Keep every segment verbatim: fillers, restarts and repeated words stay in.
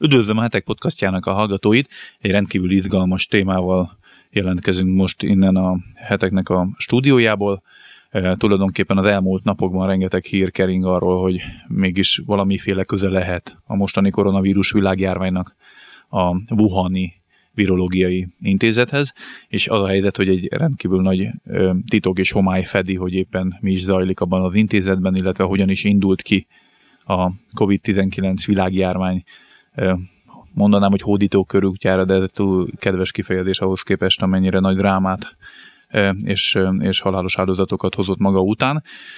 Üdvözlöm a Hetek podcastjának a hallgatóit, egy rendkívül izgalmas témával jelentkezünk most innen a Heteknek a stúdiójából. E, tulajdonképpen az elmúlt napokban rengeteg hír kering arról, hogy mégis valamiféle köze lehet a mostani koronavírus világjárványnak a Wuhani virológiai intézethez, és az a helyzet, hogy egy rendkívül nagy ö, titok és homály fedi, hogy éppen mi is zajlik abban az intézetben, illetve hogyan is indult ki a kovid tizenkilenc világjárvány, ö, mondanám, hogy hódító körútjára, de ez túl kedves kifejezés ahhoz képest, amennyire nagy drámát ö, és, ö, és halálos áldozatokat hozott maga után.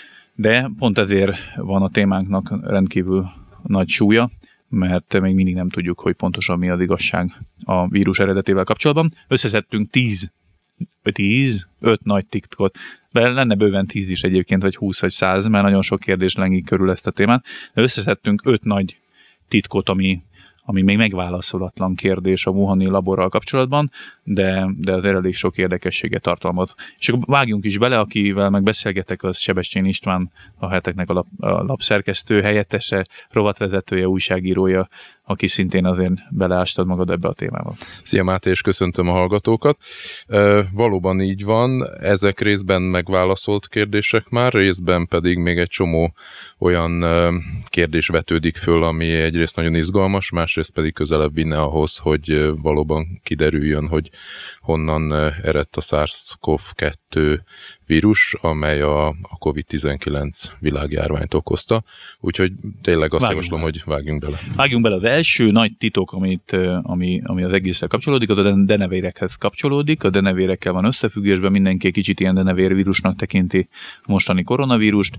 De pont ezért van a témánknak rendkívül nagy súlya, mert még mindig nem tudjuk, hogy pontosan mi az igazság a vírus eredetével kapcsolatban. Összeszedtünk tíz, vagy tíz, öt nagy titkot, de lenne bőven tíz is egyébként, vagy húsz, vagy száz, mert nagyon sok kérdés lengik körül ezt a témát. De összeszedtünk öt nagy titkot, ami, ami még megválaszolatlan kérdés a Wuhani laborral kapcsolatban, de, de az elég sok érdekességet tartalmaz. És akkor vágjunk is bele, akivel meg beszélgetek, az Sebestyén István, a Heteknek a, lap, a lapszerkesztő helyettese, rovatvezetője, újságírója, aki szintén azért beleástad magad ebbe a témába. Szia Máté, és köszöntöm a hallgatókat. E, valóban így van, ezek részben megválaszolt kérdések már, részben pedig még egy csomó olyan e, kérdés vetődik föl, ami egyrészt nagyon izgalmas, másrészt pedig közelebb vinne ahhoz, hogy e, valóban kiderüljön, hogy honnan eredt a SARS-CoV kettő vírus, amely a, a kovid tizenkilenc világjárványt okozta. Úgyhogy tényleg azt vágjunk javaslom, bele. hogy vágjunk bele. Vágjunk bele. Az első nagy titok, amit, ami, ami az egésszel kapcsolódik, az a denevérekhez kapcsolódik. A denevérekkel van összefüggésben, mindenki kicsit ilyen denevérvírusnak tekinti a mostani koronavírust,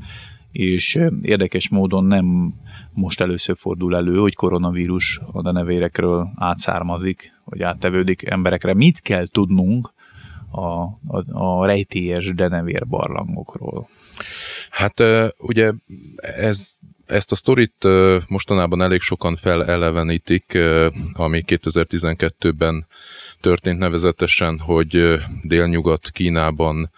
és érdekes módon nem most először fordul elő, hogy koronavírus a denevérekről átszármazik, vagy áttevődik emberekre. Mit kell tudnunk a, a, a rejtélyes denevérbarlangokról? Hát ugye ez, ezt a sztorit mostanában elég sokan felelevenítik, ami kétezer-tizenkettőben történt nevezetesen, hogy délnyugat Kínában,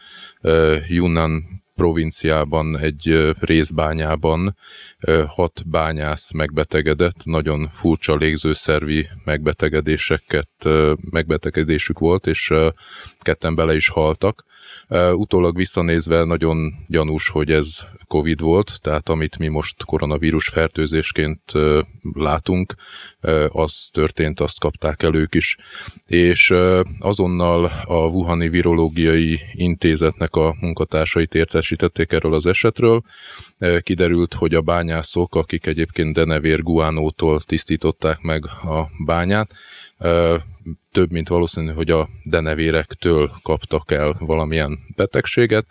Yunnan provinciában, egy részbányában hat bányász megbetegedett, nagyon furcsa légzőszervi megbetegedéseket, megbetegedésük volt, és ketten bele is haltak. Utólag visszanézve nagyon gyanús, hogy ez Covid volt, tehát amit mi most koronavírus fertőzésként látunk, az történt, azt kapták el ők is. És azonnal a Wuhani Virológiai Intézetnek a munkatársait értesítették erről az esetről. Kiderült, hogy a bányászok, akik egyébként denevér guánótól tisztították meg a bányát, több mint valószínű, hogy a denevérektől kaptak el valamilyen betegséget.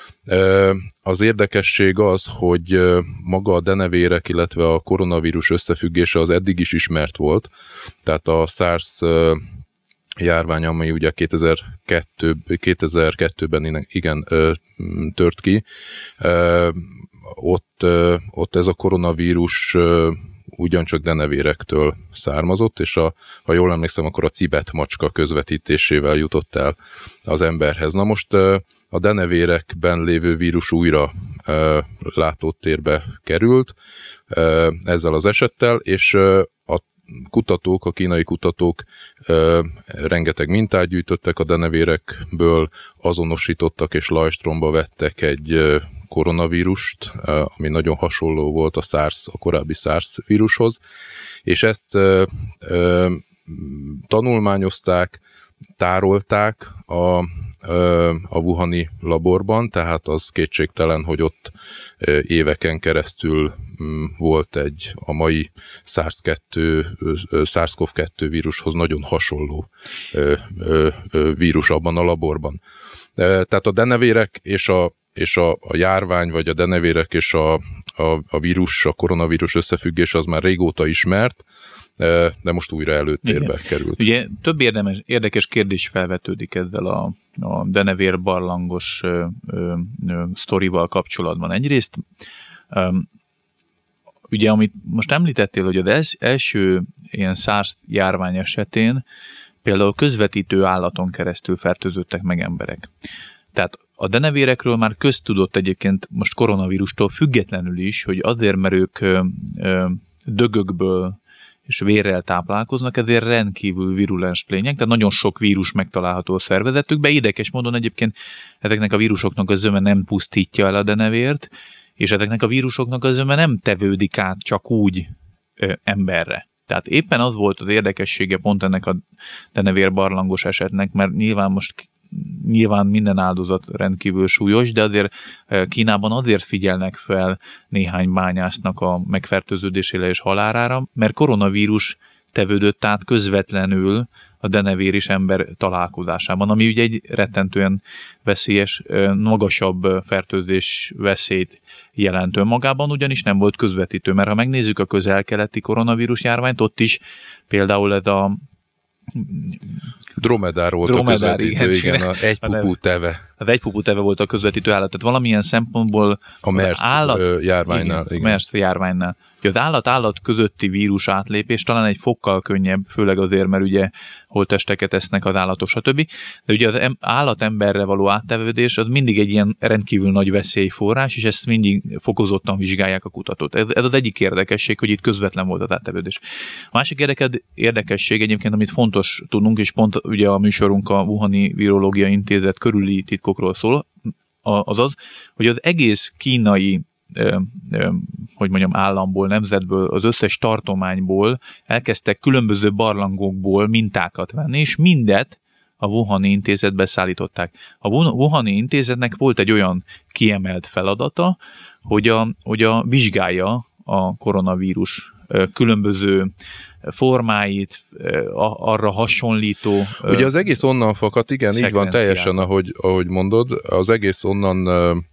Az érdekesség az, hogy maga a denevérek, illetve a koronavírus összefüggése az eddig is ismert volt. Tehát a SARS járvány, ami ugye kétezer-kettőben igen tört ki, ott, ott ez a koronavírus ugyancsak denevérektől származott, és a, ha jól emlékszem, akkor a cibet macska közvetítésével jutott el az emberhez. Na most a denevérekben lévő vírus újra látótérbe került ezzel az esettel, és a kutatók, a kínai kutatók rengeteg mintát gyűjtöttek a denevérekből, azonosítottak és lajstromba vettek egy koronavírust, ami nagyon hasonló volt a SARS, a korábbi SARS vírushoz, és ezt ö, ö, tanulmányozták, tárolták a, ö, a Wuhani laborban, tehát az kétségtelen, hogy ott ö, éveken keresztül ö, volt egy a mai SARS kettő, ö, SARS-CoV kettő vírushoz nagyon hasonló ö, ö, ö, vírus abban a laborban. Ö, tehát a denevérek és a és a, a járvány, vagy a denevérek és a, a, a vírus, a koronavírus összefüggés az már régóta ismert, de most újra előtérbe igen. került. Ugye több érdemes, érdekes kérdés felvetődik ezzel a, a denevér barlangos ö, ö, ö, sztorival kapcsolatban. Egyrészt ö, ugye, amit most említettél, hogy az első ilyen SARS járvány esetén például közvetítő állaton keresztül fertőzöttek meg emberek. Tehát a denevérekről már köztudott egyébként most koronavírustól függetlenül is, hogy azért, mert ők ö, ö, dögökből és vérrel táplálkoznak, ezért rendkívül virulens lények, tehát nagyon sok vírus megtalálható a szervezetükben. Érdekes módon egyébként ezeknek a vírusoknak a zöme nem pusztítja el a denevért, és ezeknek a vírusoknak a zöme nem tevődik át csak úgy ö, emberre. Tehát éppen az volt az érdekessége pont ennek a denevér barlangos esetnek, mert nyilván most nyilván minden áldozat rendkívül súlyos, de azért Kínában azért figyelnek fel néhány bányásznak a megfertőződésére és halálára, mert koronavírus tevődött át közvetlenül a denevér és ember találkozásában, ami ugye egy rettentően veszélyes, magasabb fertőzés veszélyt jelent önmagában, ugyanis nem volt közvetítő, mert ha megnézzük a közel-keleti koronavírus járványt, ott is például ez a Dromedár volt Dromedár, a közvetítő, igen, igen, a egypupú teve. Az egypupú teve volt a közvetítő állat, tehát valamilyen szempontból a MERS állat, járványnál. Igen, igen. MERS járványnál. Az állat-állat közötti vírus átlépés talán egy fokkal könnyebb, főleg azért, mert ugye holttesteket esznek az állatok, stb. De ugye az állat-emberre való áttevődés az mindig egy ilyen rendkívül nagy veszélyforrás, és ezt mindig fokozottan vizsgálják a kutatók. Ez, ez az egyik érdekesség, hogy itt közvetlen volt az áttevődés. A másik érdekesség egyébként, amit fontos tudnunk, és pont ugye a műsorunk a Wuhani Virológiai Intézet körüli titkokról szól, az az, hogy az egész kínai Ö, ö, hogy mondjam, államból, nemzetből, az összes tartományból elkezdtek különböző barlangokból mintákat venni, és mindet a Wuhani Intézetbe szállították. A Wuhani Intézetnek volt egy olyan kiemelt feladata, hogy a, hogy a vizsgálja a koronavírus különböző formáit, arra hasonlító. Ugye az egész onnan fakadt, igen, így van teljesen, ahogy, ahogy mondod, az egész onnan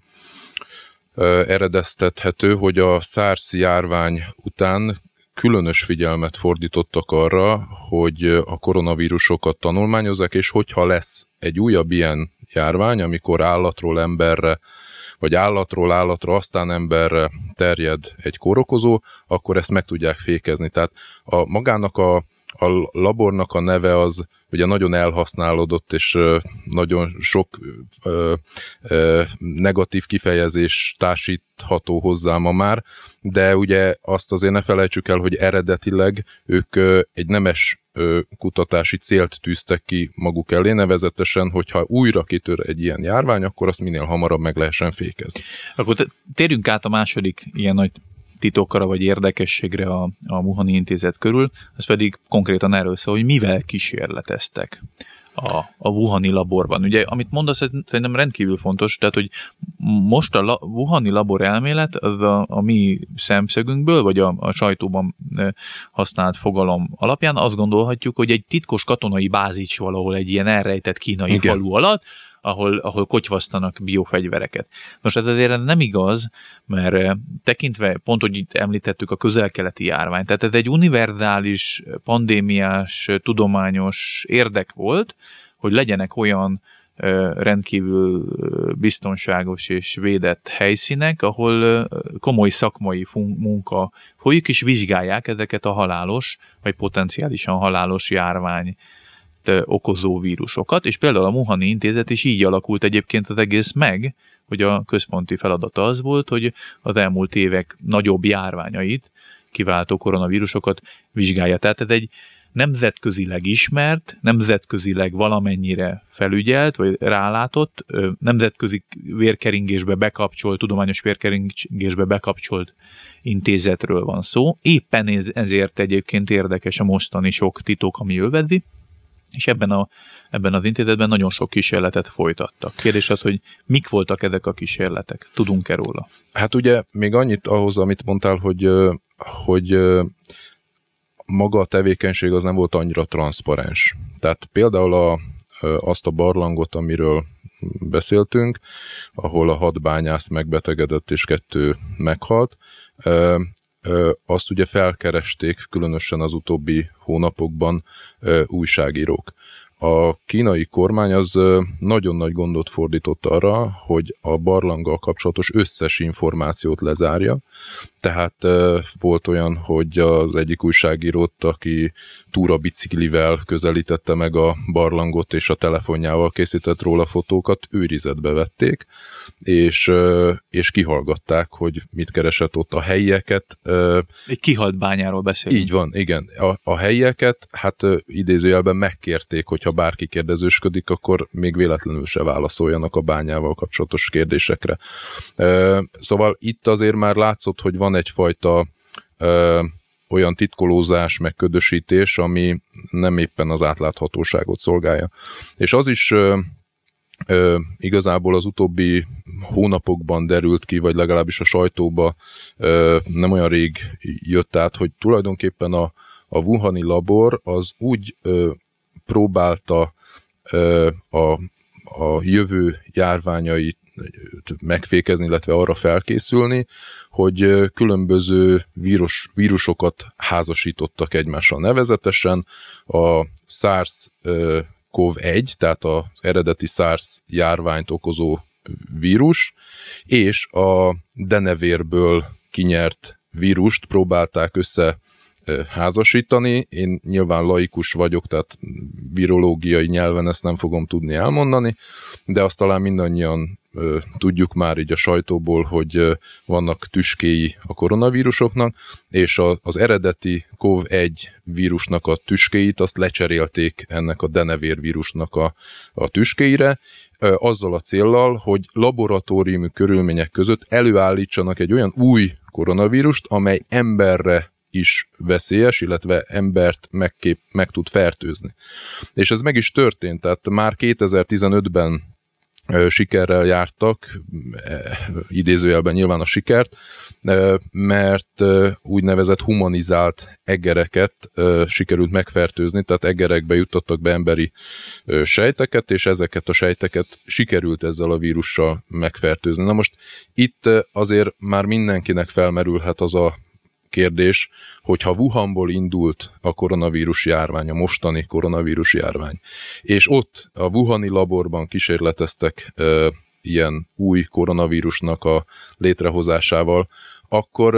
eredeztethető, hogy a SARS járvány után különös figyelmet fordítottak arra, hogy a koronavírusokat tanulmányozzák, és hogyha lesz egy újabb ilyen járvány, amikor állatról emberre, vagy állatról állatra, aztán emberre terjed egy kórokozó, akkor ezt meg tudják fékezni. Tehát a magának a, a labornak a neve az ugye nagyon elhasználódott, és nagyon sok ö, ö, negatív kifejezés társítható hozzá ma már, de ugye azt azért ne felejtsük el, hogy eredetileg ők ö, egy nemes ö, kutatási célt tűztek ki maguk elé, nevezetesen, hogyha újra kitör egy ilyen járvány, akkor azt minél hamarabb meg lehessen fékezni. Akkor térjünk át a második ilyen nagy titokra vagy érdekességre a, a Wuhani Intézet körül, ez pedig konkrétan erről szól, hogy mivel kísérleteztek a, a Wuhani laborban. Ugye, amit mondasz, szerintem rendkívül fontos, tehát, hogy most a la, Wuhani labor elmélet az a, a mi szemszögünkből, vagy a, a sajtóban használt fogalom alapján azt gondolhatjuk, hogy egy titkos katonai bázis valahol egy ilyen elrejtett kínai Igen. falu alatt, ahol, ahol kotyvasztanak biofegyvereket. Most ez azért nem igaz, mert tekintve, pont, hogy itt említettük a közel-keleti járványt, tehát ez egy univerzális, pandémiás, tudományos érdek volt, hogy legyenek olyan rendkívül biztonságos és védett helyszínek, ahol komoly szakmai munka folyik, és vizsgálják ezeket a halálos, vagy potenciálisan halálos járvány okozó vírusokat, és például a Wuhani Intézet is így alakult egyébként az egész meg, hogy a központi feladata az volt, hogy az elmúlt évek nagyobb járványait, kiváltó koronavírusokat vizsgálja. Tehát ez egy nemzetközileg ismert, nemzetközileg valamennyire felügyelt, vagy rálátott, nemzetközi vérkeringésbe bekapcsolt, tudományos vérkeringésbe bekapcsolt intézetről van szó. Éppen ezért egyébként érdekes a mostani sok titok, ami övezi, és ebben, a, ebben az intézetben nagyon sok kísérletet folytattak. Kérdés az, hogy mik voltak ezek a kísérletek? Tudunk-e róla? Hát ugye még annyit ahhoz, amit mondtál, hogy, hogy maga a tevékenység az nem volt annyira transzparens. Tehát például a, azt a barlangot, amiről beszéltünk, ahol a hat bányász megbetegedett és kettő meghalt, azt ugye felkeresték, különösen az utóbbi hónapokban újságírók. a kínai kormány az nagyon nagy gondot fordított arra, hogy a barlanggal kapcsolatos összes információt lezárja. Tehát volt olyan, hogy az egyik újságírót, aki túrabiciklivel közelítette meg a barlangot, és a telefonjával készített róla fotókat, őrizetbe vették, és, és kihallgatták, hogy mit keresett ott a helyieket. Egy kihalt bányáról beszélünk. Így van, igen. A, a helyieket, hát idézőjelben megkérték, hogyha bárki kérdezősködik, akkor még véletlenül se válaszoljanak a bányával kapcsolatos kérdésekre. Szóval itt azért már látszott, hogy van egyfajta ö, olyan titkolózás, meg ködösítés, ami nem éppen az átláthatóságot szolgálja. És az is ö, ö, igazából az utóbbi hónapokban derült ki, vagy legalábbis a sajtóba ö, nem olyan rég jött át, hogy tulajdonképpen a, a wuhani labor az úgy ö, próbálta ö, a, a jövő járványait megfékezni, illetve arra felkészülni, hogy különböző vírus, vírusokat házasítottak egymással. Nevezetesen a SARS-CoV egy, tehát az eredeti SARS járványt okozó vírus, és a denevérből kinyert vírust próbálták össze házasítani. Én nyilván laikus vagyok, tehát virológiai nyelven ezt nem fogom tudni elmondani, de azt talán mindannyian tudjuk már így a sajtóból, hogy vannak tüskéi a koronavírusoknak, és az eredeti CoV egy vírusnak a tüskéit azt lecserélték ennek a denevér vírusnak a, a tüskéire, azzal a céllal, hogy laboratóriumi körülmények között előállítsanak egy olyan új koronavírust, amely emberre is veszélyes, illetve embert megkép, meg tud fertőzni. És ez meg is történt, tehát már kétezer-tizenötben sikerrel jártak, idézőjelben nyilván a sikert, mert úgynevezett humanizált egereket sikerült megfertőzni, tehát egerekbe juttattak be emberi sejteket, és ezeket a sejteket sikerült ezzel a vírussal megfertőzni. Na most itt azért már mindenkinek felmerülhet az a kérdés, hogyha Wuhanból indult a koronavírus járvány, a mostani koronavírus járvány, és ott a wuhani laborban kísérleteztek e, ilyen új koronavírusnak a létrehozásával, akkor...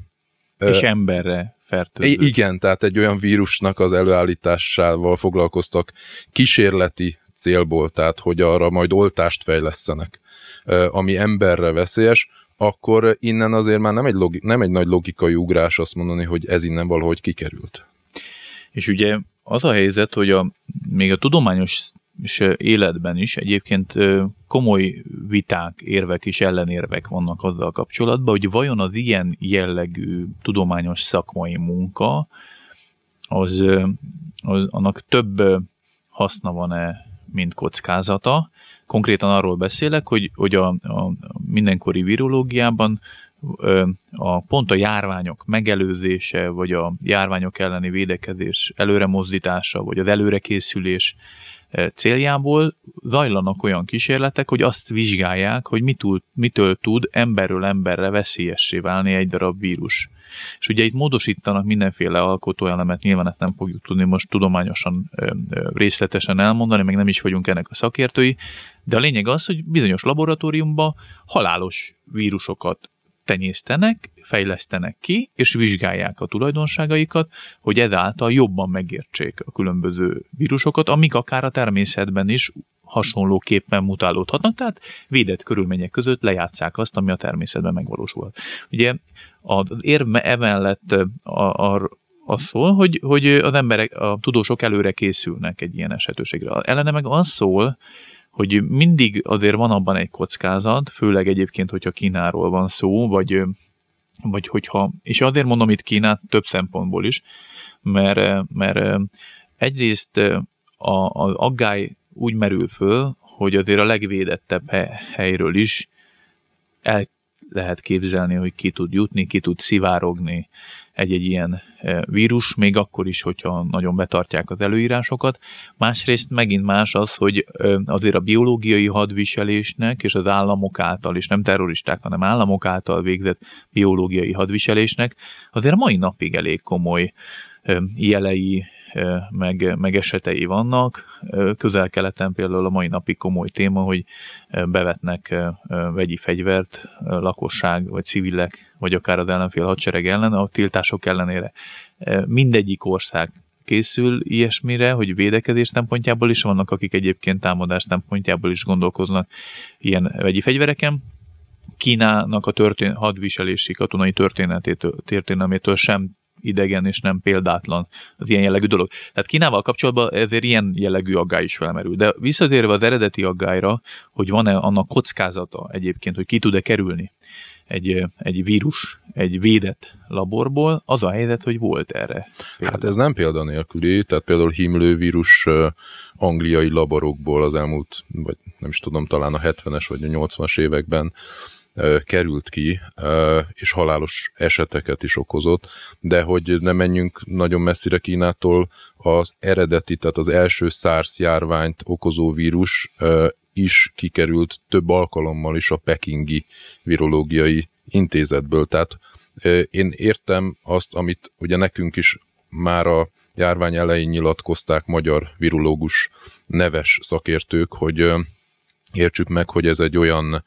E, és emberre fertőzött. Igen, tehát egy olyan vírusnak az előállításával foglalkoztak kísérleti célból, tehát hogy arra majd oltást fejlesztenek, e, ami emberre veszélyes, akkor innen azért már nem egy, logi- nem egy nagy logikai ugrás azt mondani, hogy ez innen valahogy kikerült. És ugye az a helyzet, hogy a, még a tudományos életben is egyébként komoly viták, érvek és ellenérvek vannak azzal kapcsolatban, hogy vajon az ilyen jellegű tudományos szakmai munka, az, az annak több haszna van-e, mint kockázata. Konkrétan arról beszélek, hogy, hogy a, a mindenkori virológiában a, pont a járványok megelőzése, vagy a járványok elleni védekezés előremozdítása, vagy az előrekészülés céljából zajlanak olyan kísérletek, hogy azt vizsgálják, hogy mitől, mitől tud emberről emberre veszélyessé válni egy darab vírus. És ugye itt módosítanak mindenféle alkotóelemet, nyilván ezt nem fogjuk tudni most tudományosan, részletesen elmondani, meg nem is vagyunk ennek a szakértői, de a lényeg az, hogy bizonyos laboratóriumban halálos vírusokat tenyésztenek, fejlesztenek ki, és vizsgálják a tulajdonságaikat, hogy ezáltal jobban megértsék a különböző vírusokat, amik akár a természetben is hasonlóképpen mutálódhatnak, tehát védett körülmények között lejátsszák azt, ami a természetben megvalósul. Ugye az érv emellett az szól, hogy, hogy az emberek, a tudósok előre készülnek egy ilyen esetőségre. Ellene meg az szól, hogy mindig azért van abban egy kockázat, főleg egyébként, hogyha Kínáról van szó, vagy, vagy hogyha, és azért mondom itt Kínát több szempontból is, mert, mert egyrészt az aggály úgy merül föl, hogy azért a legvédettebb helyről is el lehet képzelni, hogy ki tud jutni, ki tud szivárogni egy-egy ilyen vírus, még akkor is, hogyha nagyon betartják az előírásokat. Másrészt megint más az, hogy azért a biológiai hadviselésnek és az államok által, és nem terroristák, hanem államok által végzett biológiai hadviselésnek azért a mai napig elég komoly jelei meg, meg esetei vannak. Közel-keleten például a mai napig komoly téma, hogy bevetnek vegyi fegyvert lakosság, vagy civilek, vagy akár az ellenfél hadsereg ellen, a tiltások ellenére. Mindegyik ország készül ilyesmire, hogy védekezés szempontjából is vannak, akik egyébként támadás szempontjából is gondolkoznak ilyen vegyi fegyvereken. Kínának a történ- hadviselési katonai történetétől, történelmétől sem idegen és nem példátlan az ilyen jellegű dolog. Tehát Kínával kapcsolatban ezért ilyen jellegű aggály is felmerül. De visszatérve az eredeti aggályra, hogy van-e annak kockázata egyébként, hogy ki tud-e kerülni egy, egy vírus, egy védett laborból, az a helyzet, hogy volt erre példa. Hát ez nem példanélküli, tehát például himlővírus angliai laborokból az elmúlt, vagy nem is tudom, talán a hetvenes vagy a nyolcvanas években került ki, és halálos eseteket is okozott, de hogy ne menjünk nagyon messzire Kínától, az eredeti, tehát az első SARS járványt okozó vírus is kikerült több alkalommal is a pekingi virológiai intézetből. Tehát én értem azt, amit ugye nekünk is már a járvány elején nyilatkozták magyar virológus neves szakértők, hogy értsük meg, hogy ez egy olyan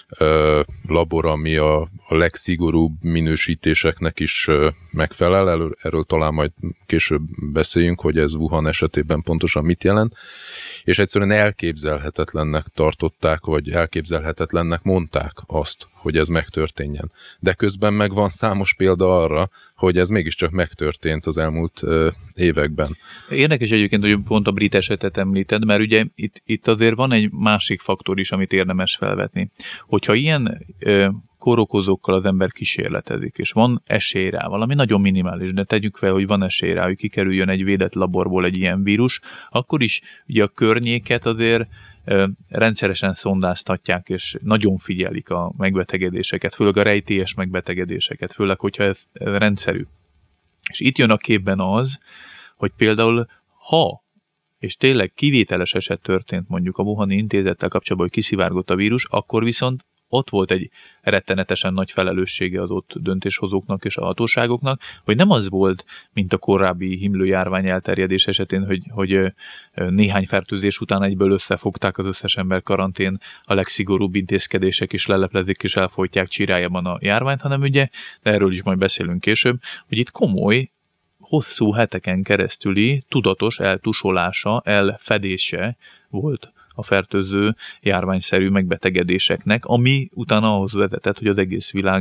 ö, labor, ami a, a legszigorúbb minősítéseknek is ö, megfelel. Erről, erről talán majd később beszéljünk, hogy ez Wuhan esetében pontosan mit jelent. És egyszerűen elképzelhetetlennek tartották, vagy elképzelhetetlennek mondták azt, hogy ez megtörténjen. De közben meg van számos példa arra, hogy ez mégiscsak megtörtént az elmúlt ö, években. Érdekes egyébként, hogy pont a brit esetet említed, mert ugye itt, itt azért van egy másik faktor is, amit érdemes felvetni. Hogyha ilyen ö, kórokozókkal az ember kísérletezik, és van esély rá, valami nagyon minimális, de tegyük fel, hogy van esély rá, hogy kikerüljön egy védett laborból egy ilyen vírus, akkor is ugye a környéket azért ö, rendszeresen szondáztatják, és nagyon figyelik a megbetegedéseket, főleg a rejtélyes megbetegedéseket, főleg, hogyha ez, ez rendszerű. És itt jön a képben az, hogy például ha, és tényleg kivételes eset történt mondjuk a Wuhani intézettel kapcsolatban, hogy kiszivárgott a vírus, akkor viszont ott volt egy rettenetesen nagy felelőssége az ott döntéshozóknak és a hatóságoknak, hogy nem az volt, mint a korábbi himlőjárvány elterjedés esetén, hogy, hogy néhány fertőzés után egyből összefogták az összes ember karantén, a legszigorúbb intézkedések is leleplezik és elfolytják csirájában a járványt, hanem ugye, de erről is majd beszélünk később, hogy itt komoly, hosszú heteken keresztüli tudatos eltusolása, elfedése volt a fertőző járványszerű megbetegedéseknek, ami utána ahhoz vezetett, hogy az egész világ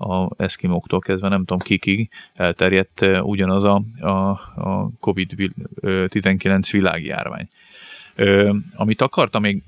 a eszkimóktól kezdve nem tudom kikig elterjedt ugyanaz a, a, a kovid tizenkilenc világjárvány. Amit akartam még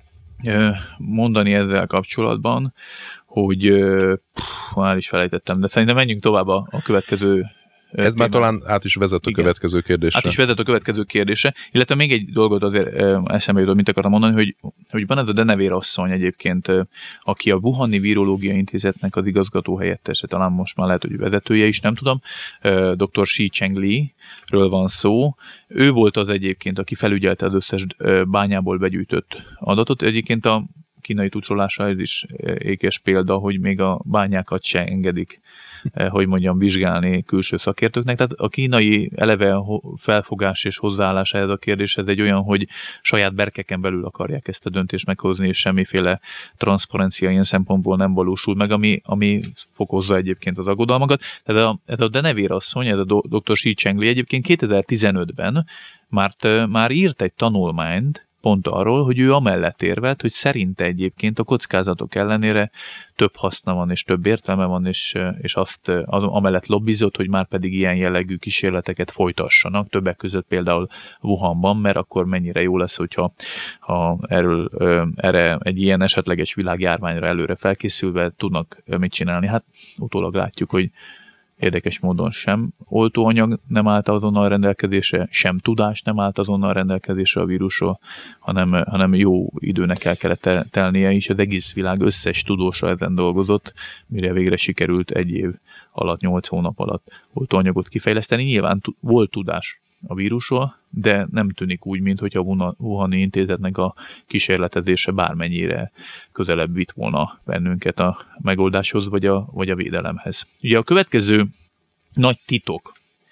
mondani ezzel kapcsolatban, hogy pff, már is felejtettem, de szerintem menjünk tovább a, a következő Ez már talán át is vezet a Igen. következő kérdésre. Át is vezet a következő kérdésre, illetve még egy dolgot azért eszembe jutott, mit akartam mondani, hogy, hogy van ez a Denevér asszony egyébként, aki a Wuhani Virológiai Intézetnek az igazgató helyettese, talán most már lehet, hogy vezetője is, nem tudom, dr. Shi Chengli-ről van szó. Ő volt az egyébként, aki felügyelte az összes bányából begyűjtött adatot. Egyébként a kínai tucsolása ez is ékes példa, hogy még a bányákat se engedik, hogy mondjam, vizsgálni külső szakértőknek. Tehát a kínai eleve felfogás és hozzáállás ehhez a kérdéshez egy olyan, hogy saját berkeken belül akarják ezt a döntést meghozni, és semmiféle transzparencia ilyen szempontból nem valósul meg, ami, ami fokozza egyébként az aggodalmakat. Tehát a, ez a Denevér asszony, ez a dr. Shi Chengli egyébként kétezer-tizenötben már, már írt egy tanulmányt, pont arról, hogy ő amellett érvelt, hogy szerinte egyébként a kockázatok ellenére több haszna van, és több értelme van, és, és azt az, amellett lobbizott, hogy már pedig ilyen jellegű kísérleteket folytassanak, többek között például Wuhanban, mert akkor mennyire jó lesz, hogyha ha erről, erre egy ilyen esetleges világjárványra előre felkészülve tudnak mit csinálni. Hát utólag látjuk, hogy érdekes módon sem oltóanyag nem állt azonnal rendelkezésre, sem tudás nem állt azonnal rendelkezésre a vírusról, hanem, hanem jó időnek el kellett telnie, és az egész világ összes tudósa ezen dolgozott, mire végre sikerült egy év alatt, nyolc hónap alatt oltóanyagot kifejleszteni. Nyilván volt tudás a vírusról, de nem tűnik úgy, mint hogy a Wuhani Intézetnek a kísérletezése bármennyire közelebb vitt volna bennünket a megoldáshoz, vagy a, vagy a védelemhez. Ugye a következő nagy titok,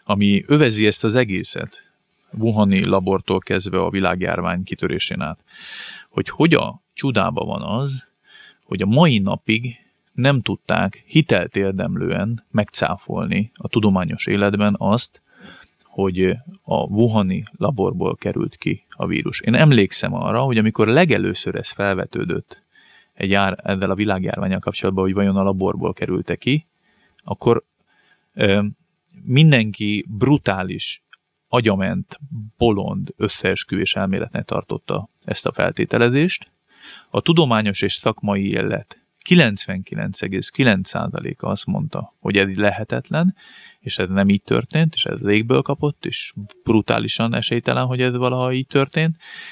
ami övezi ezt az egészet, wuhani labortól kezdve a világjárvány kitörésén át, hogy hogy a csodában van az, hogy a mai napig nem tudták hitelt érdemlően megcáfolni a tudományos életben azt, hogy a wuhani laborból került ki a vírus. Én emlékszem arra, hogy amikor legelőször ez felvetődött egy jár, ezzel a világjárvánnyal kapcsolatban, hogy vajon a laborból került ki, akkor ö, mindenki brutális, agyament, bolond összeesküvés elméletnek tartotta ezt a feltételezést. A tudományos és szakmai élet kilencvenkilenc egész kilenc százaléka azt mondta, hogy ez lehetetlen, és ez nem így történt, és ez légből kapott, és brutálisan esélytelen, hogy ez valaha így történt,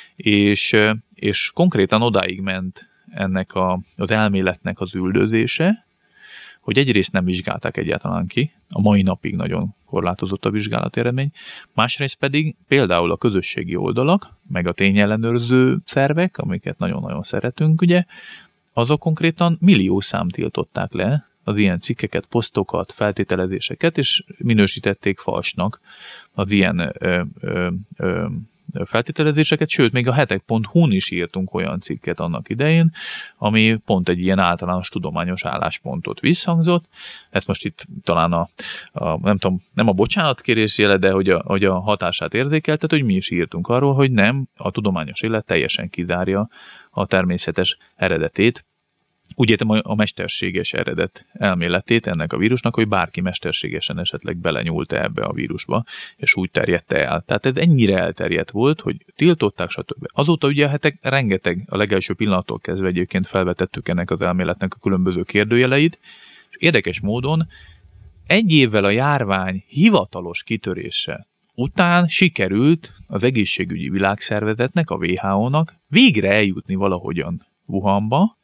és, és konkrétan odáig ment ennek a, az elméletnek az üldözése, hogy egyrészt nem vizsgálták egyáltalán ki, a mai napig nagyon korlátozott a vizsgálati eredmény, másrészt pedig például a közösségi oldalak, meg a tényellenőrző szervek, amiket nagyon-nagyon szeretünk, ugye, azok konkrétan millió szám tiltották le az ilyen cikkeket, posztokat, feltételezéseket, és minősítették falsnak az ilyen ö, ö, ö, feltételezéseket, sőt, még a hetek pont hu-n is írtunk olyan cikket annak idején, ami pont egy ilyen általános tudományos álláspontot visszhangzott. Ezt most itt talán a, a nem tudom, nem a bocsánatkérés jele, de hogy a, hogy a hatását érzékeltet, hogy mi is írtunk arról, hogy nem, a tudományos élet teljesen kizárja a természetes eredetét, úgy értem a mesterséges eredet elméletét ennek a vírusnak, hogy bárki mesterségesen esetleg belenyúlt ebbe a vírusba, és úgy terjedte el. Tehát ez ennyire elterjedt volt, hogy tiltották, stb. Azóta ugye hetek rengeteg, a legelső pillanattól kezdve egyébként felvetettük ennek az elméletnek a különböző kérdőjeleit, és érdekes módon egy évvel a járvány hivatalos kitörése után sikerült az egészségügyi világszervezetnek, a dupla vé há ó-nak végre eljutni valahogyan Wuhanba.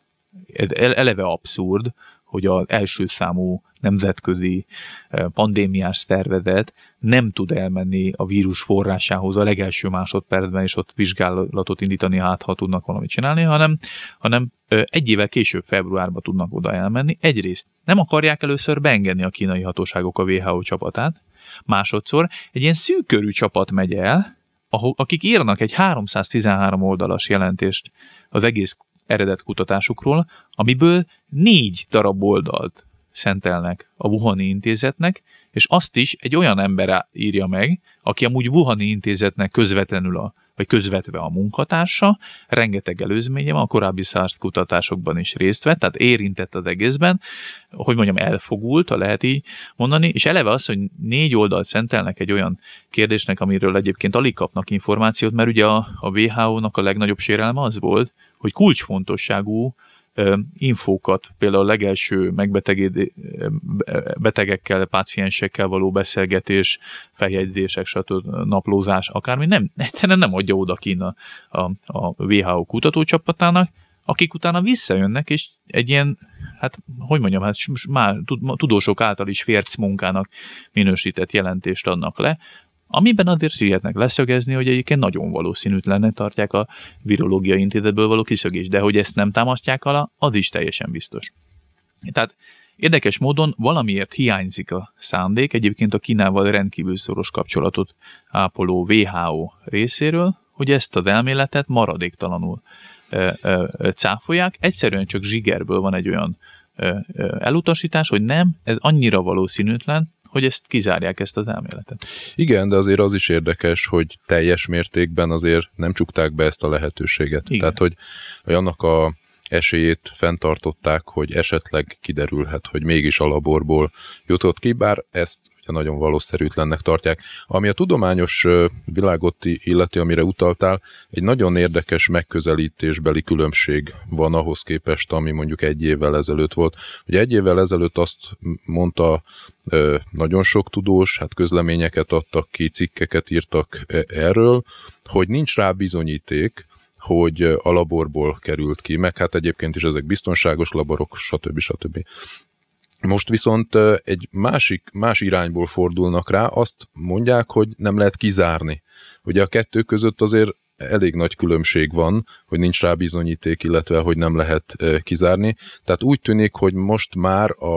Ez eleve abszurd, hogy az első számú nemzetközi pandémiás szervezet nem tud elmenni a vírus forrásához a legelső másodpercben, és ott vizsgálatot indítani, hát ha tudnak valamit csinálni, hanem, hanem egy évvel később, februárban tudnak oda elmenni. Egyrészt nem akarják először beengedni a kínai hatóságok a dupla vé há ó csapatát, másodszor egy ilyen szűkkörű csapat megy el, akik írnak egy háromszáztizenhárom oldalas jelentést az egész eredet kutatásukról, amiből négy darab oldalt szentelnek a Wuhani intézetnek, és azt is egy olyan ember írja meg, aki amúgy Wuhani intézetnek közvetlenül a, vagy közvetve a munkatársa, rengeteg előzménye van, a korábbi SARS kutatásokban is részt vett, tehát érintett az egészben, hogy mondjam, elfogult, ha lehet így mondani, és eleve az, hogy négy oldalt szentelnek egy olyan kérdésnek, amiről egyébként alig kapnak információt, mert ugye a, a dupla vé há ó-nak a legnagyobb sérelme az volt, hogy kulcsfontosságú uh, infókat, például a legelső megbetegekkel, páciensekkel való beszélgetés, feljegyzések, stb. Naplózás, akármi, nem, egyszerűen nem adja oda Kína a, a dupla vé há ó kutatócsapatának, akik utána visszajönnek, és egy ilyen, hát, hogy mondjam, hát már tudósok által is férc munkának minősített jelentést adnak le, amiben azért sietnek leszögezni, hogy egyébként nagyon valószínűtlennek tartják a virológiai intézetből való kiszögést, de hogy ezt nem támasztják alá, az is teljesen biztos. Tehát érdekes módon valamiért hiányzik a szándék, egyébként a Kínával rendkívül szoros kapcsolatot ápoló dupla vé há ó részéről, hogy ezt az elméletet maradéktalanul ö, ö, cáfolják, egyszerűen csak zsigerből van egy olyan ö, ö, elutasítás, hogy nem, ez annyira valószínűtlen, hogy ezt kizárják, ezt az elméletet. Igen, de azért az is érdekes, hogy teljes mértékben azért nem csukták be ezt a lehetőséget. Igen. Tehát, hogy, hogy annak a esélyét fenntartották, hogy esetleg kiderülhet, hogy mégis a laborból jutott ki, bár ezt ugye nagyon valószerűtlennek tartják. Ami a tudományos világot illeti, amire utaltál, egy nagyon érdekes megközelítésbeli különbség van ahhoz képest, ami mondjuk egy évvel ezelőtt volt. Ugye egy évvel ezelőtt azt mondta nagyon sok tudós, hát közleményeket adtak ki, cikkeket írtak erről, hogy nincs rá bizonyíték, hogy a laborból került ki, meg hát egyébként is ezek biztonságos laborok, stb. stb. Most viszont egy másik, más irányból fordulnak rá, azt mondják, hogy nem lehet kizárni. Ugye a kettő között azért elég nagy különbség van, hogy nincs rá bizonyíték, illetve hogy nem lehet kizárni. Tehát úgy tűnik, hogy most már a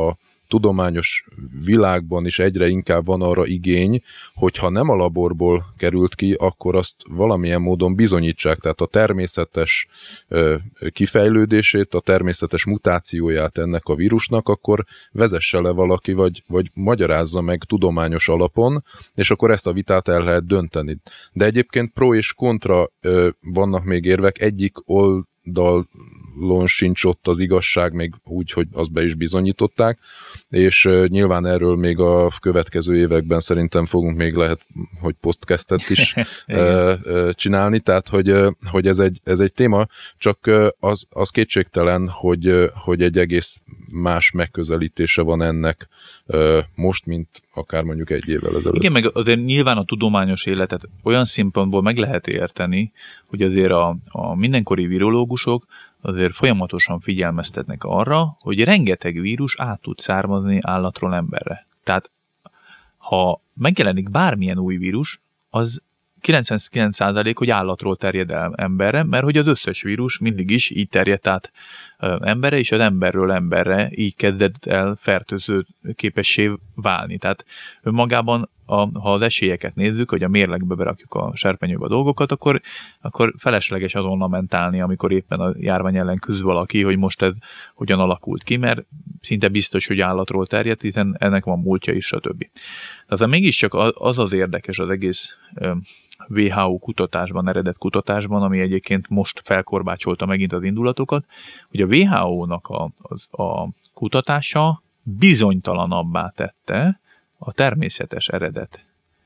tudományos világban is egyre inkább van arra igény, hogyha nem a laborból került ki, akkor azt valamilyen módon bizonyítsák, tehát a természetes kifejlődését, a természetes mutációját ennek a vírusnak, akkor vezesse le valaki, vagy, vagy magyarázza meg tudományos alapon, és akkor ezt a vitát el lehet dönteni. De egyébként pro és kontra vannak még érvek, egyik oldal sincs ott az igazság, még úgy, hogy azt be is bizonyították, és uh, nyilván erről még a következő években szerintem fogunk még lehet, hogy podcastet is uh, uh, csinálni, tehát hogy, uh, hogy ez, egy, ez egy téma, csak uh, az, az kétségtelen, hogy, uh, hogy egy egész más megközelítése van ennek uh, most, mint akár mondjuk egy évvel ezelőtt. Igen, meg azért nyilván a tudományos életet olyan szempontból meg lehet érteni, hogy azért a, a mindenkori virológusok azért folyamatosan figyelmeztetnek arra, hogy rengeteg vírus át tud származni állatról emberre. Tehát ha megjelenik bármilyen új vírus, az kilencvenkilenc százalék, hogy állatról terjed el emberre, mert hogy az összes vírus mindig is így terjedt át emberre, és az emberről emberre így kezdett el fertőző képessé válni. Tehát önmagában, a, ha az esélyeket nézzük, hogy a mérlegbe berakjuk a serpenyőbe a dolgokat, akkor, akkor felesleges azonnal mentálni, amikor éppen a járvány ellen küzd valaki, hogy most ez hogyan alakult ki, mert szinte biztos, hogy állatról terjedt, hiszen ennek van múltja is, stb. Tehát mégiscsak az az érdekes az egész dupla vé há ó kutatásban, eredet kutatásban, ami egyébként most felkorbácsolta megint az indulatokat, hogy a dupla vé há ó-nak a, a, a kutatása bizonytalanabbá tette a természetes eredet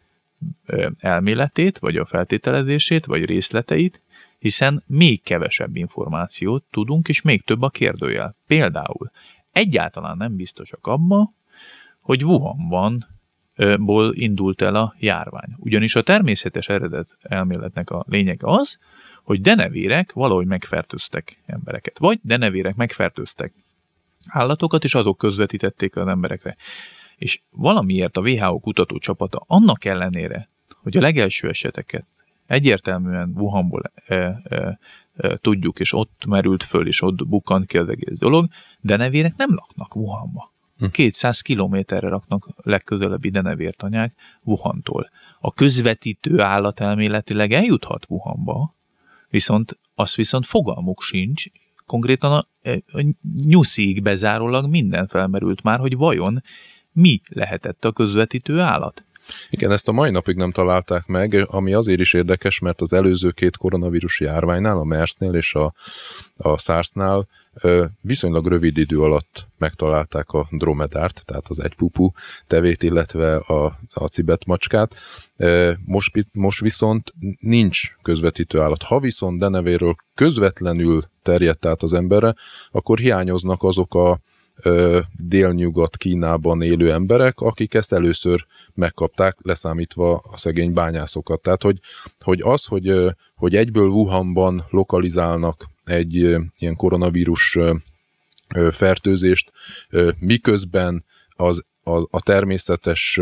elméletét, vagy a feltételezését, vagy részleteit, hiszen még kevesebb információt tudunk, és még több a kérdőjel. Például egyáltalán nem biztosak abban, hogy Wuhanban ból indult el a járvány. Ugyanis a természetes eredet elméletnek a lényege az, hogy denevérek valahogy megfertőztek embereket, vagy denevérek megfertőztek állatokat, és azok közvetítették az emberekre. És valamiért a dupla vé há ó kutatócsapata annak ellenére, hogy a legelső eseteket egyértelműen Wuhanból e, e, e, tudjuk, és ott merült föl, és ott bukkant ki az egész dolog, denevérek nem laknak Wuhanba. kétszáz kilométerre raknak legközelebbi denevértanyák Wuhantól. A közvetítő állat elméletileg eljuthat Wuhanba, viszont azt viszont fogalmuk sincs, konkrétan a, a nyuszig bezárólag minden felmerült már, hogy vajon mi lehetett a közvetítő állat. Igen, ezt a mai napig nem találták meg, ami azért is érdekes, mert az előző két koronavírus járványnál, a MERS-nél és a, a SARS-nál viszonylag rövid idő alatt megtalálták a dromedárt, tehát az egypupú tevét, illetve a, a cibetmacskát. Most, most viszont nincs közvetítő állat. Ha viszont denevéről közvetlenül terjedt át az emberre, akkor hiányoznak azok a délnyugat Kínában élő emberek, akik ezt először megkapták, leszámítva a szegény bányászokat. Tehát, hogy, hogy az, hogy, hogy egyből Wuhanban lokalizálnak egy ilyen koronavírus fertőzést, miközben az, a, a természetes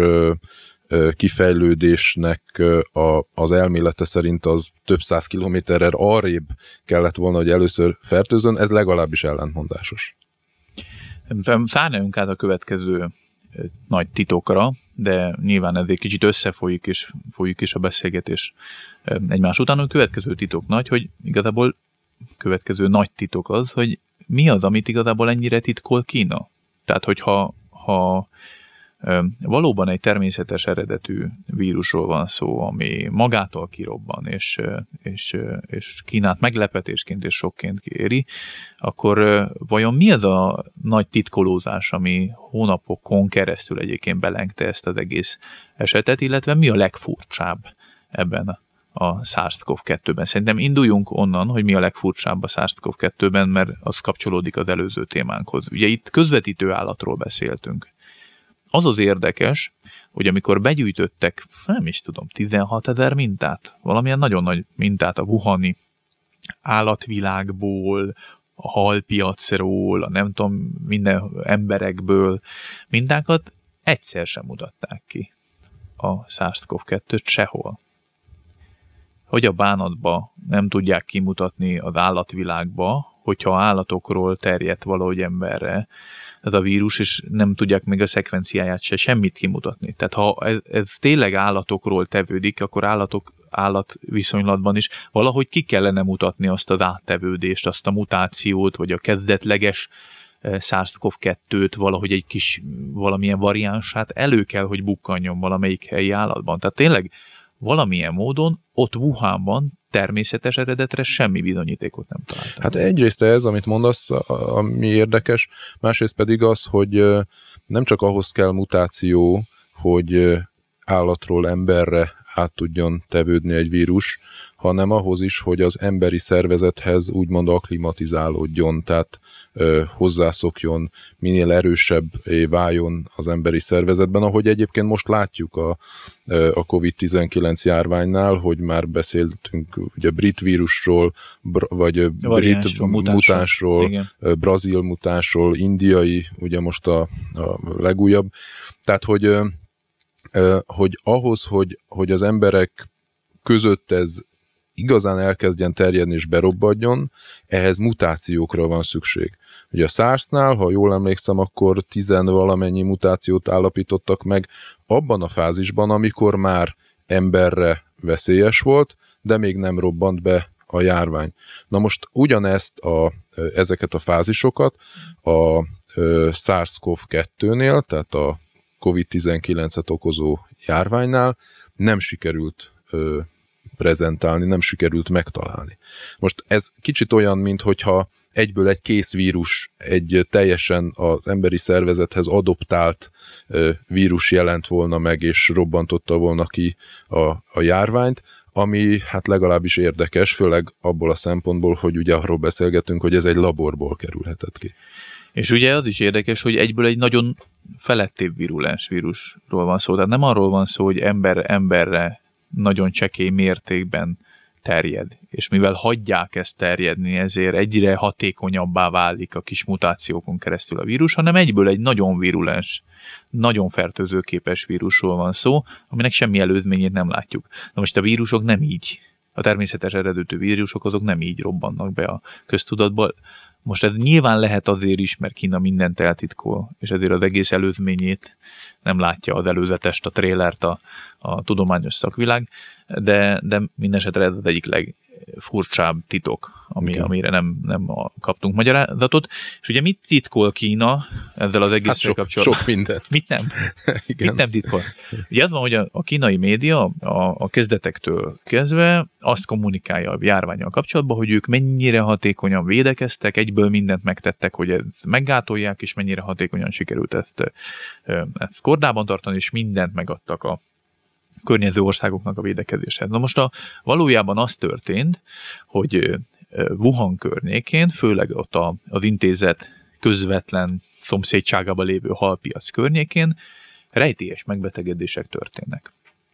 kifejlődésnek a, az elmélete szerint az több száz kilométerrel arrébb kellett volna, hogy először fertőzön, ez legalábbis ellentmondásos. Szárnyalunk át a következő nagy titokra, de nyilván ez egy kicsit összefolyik, és folyik is a beszélgetés egymás után. A következő titok nagy, hogy igazából következő nagy titok az, hogy mi az, amit igazából ennyire titkol Kína. Tehát, hogyha ha valóban egy természetes eredetű vírusról van szó, ami magától kirobban, és, és, és Kínát meglepetésként és sokként éri, akkor vajon mi az a nagy titkolózás, ami hónapokon keresztül egyébként belengte ezt az egész esetet, illetve mi a legfurcsább ebben a SARS-CoV kettőben? Szerintem induljunk onnan, hogy mi a legfurcsább a SARS-CoV kettőben, mert az kapcsolódik az előző témánkhoz. Ugye itt közvetítő állatról beszéltünk. Az az érdekes, hogy amikor begyűjtöttek, nem is tudom, tizenhatezer mintát, valamilyen nagyon nagy mintát a wuhani állatvilágból, a halpiacról, a nem tudom, minden emberekből mintákat, egyszer sem mutatták ki a SARS-CoV kettőt sehol. Hogy a bánatba nem tudják kimutatni az állatvilágba, hogyha állatokról terjedt valahogy emberre ez a vírus, és nem tudják még a szekvenciáját se semmit kimutatni. Tehát ha ez, ez tényleg állatokról tevődik, akkor állatok állatviszonylatban is valahogy ki kellene mutatni azt az áttevődést, azt a mutációt, vagy a kezdetleges SARS-CoV kettőt, valahogy egy kis valamilyen variánsát elő kell, hogy bukkanjon valamelyik helyi állatban. Tehát tényleg valamilyen módon ott Wuhanban természetes eredetre semmi bizonyítékot nem találtam. Hát egyrészt ez, amit mondasz, ami érdekes, másrészt pedig az, hogy nem csak ahhoz kell mutáció, hogy állatról emberre át tudjon tevődni egy vírus, hanem ahhoz is, hogy az emberi szervezethez úgymond akklimatizálódjon, tehát ö, hozzászokjon, minél erősebbé váljon az emberi szervezetben, ahogy egyébként most látjuk a, a kovid tizenkilenc járványnál, hogy már beszéltünk ugye brit vírusról, br, vagy brit mutánsról, brazil mutánsról, indiai, ugye most a, a legújabb. Tehát, hogy hogy ahhoz, hogy, hogy az emberek között ez igazán elkezdjen terjedni és berobbadjon, ehhez mutációkra van szükség. Ugye a SARS-nál, ha jól emlékszem, akkor tizenvalamennyi mutációt állapítottak meg abban a fázisban, amikor már emberre veszélyes volt, de még nem robbant be a járvány. Na most ugyanezt a, ezeket a fázisokat a SARS-CoV kettőnél, tehát a kovid tizenkilencet okozó járványnál nem sikerült ö, prezentálni, nem sikerült megtalálni. Most ez kicsit olyan, minthogyha egyből egy kész vírus, egy teljesen az emberi szervezethez adoptált ö, vírus jelent volna meg, és robbantotta volna ki a, a járványt, ami hát legalábbis érdekes, főleg abból a szempontból, hogy ugye arról beszélgetünk, hogy ez egy laborból kerülhetett ki. És ugye az is érdekes, hogy egyből egy nagyon felettébb virulens vírusról van szó. Tehát nem arról van szó, hogy ember emberre nagyon csekély mértékben terjed. És mivel hagyják ezt terjedni, ezért egyre hatékonyabbá válik a kis mutációkon keresztül a vírus, hanem egyből egy nagyon virulens, nagyon fertőzőképes vírusról van szó, aminek semmi előzményét nem látjuk. Na most a vírusok nem így. A természetes eredetű vírusok azok nem így robbannak be a köztudatba. Most ez nyilván lehet azért is, mert Kína mindent eltitkol, és ezért az egész előzményét nem látja az előzetest, a trélert a, a tudományos szakvilág, de, de mindesetre ez az egyik legfurcsább titok, ami, okay. amire nem, nem kaptunk magyarázatot. És ugye mit titkol Kína ezzel az egész hát kapcsolatban? Sok mindent. Mit nem? Mit nem titkol? Ugye az van, hogy a, a kínai média a, a kezdetektől kezdve azt kommunikálja a járvánnyal kapcsolatban, hogy ők mennyire hatékonyan védekeztek, egyből mindent megtettek, hogy ezt meggátolják, és mennyire hatékonyan sikerült ezt, ezt kordában tartani, és mindent megadtak a környező országoknak a védekezéshez. Na most a, valójában az történt, hogy Wuhan környékén, főleg ott a, az intézet közvetlen szomszédságában lévő halpiac környékén rejtélyes megbetegedések történnek.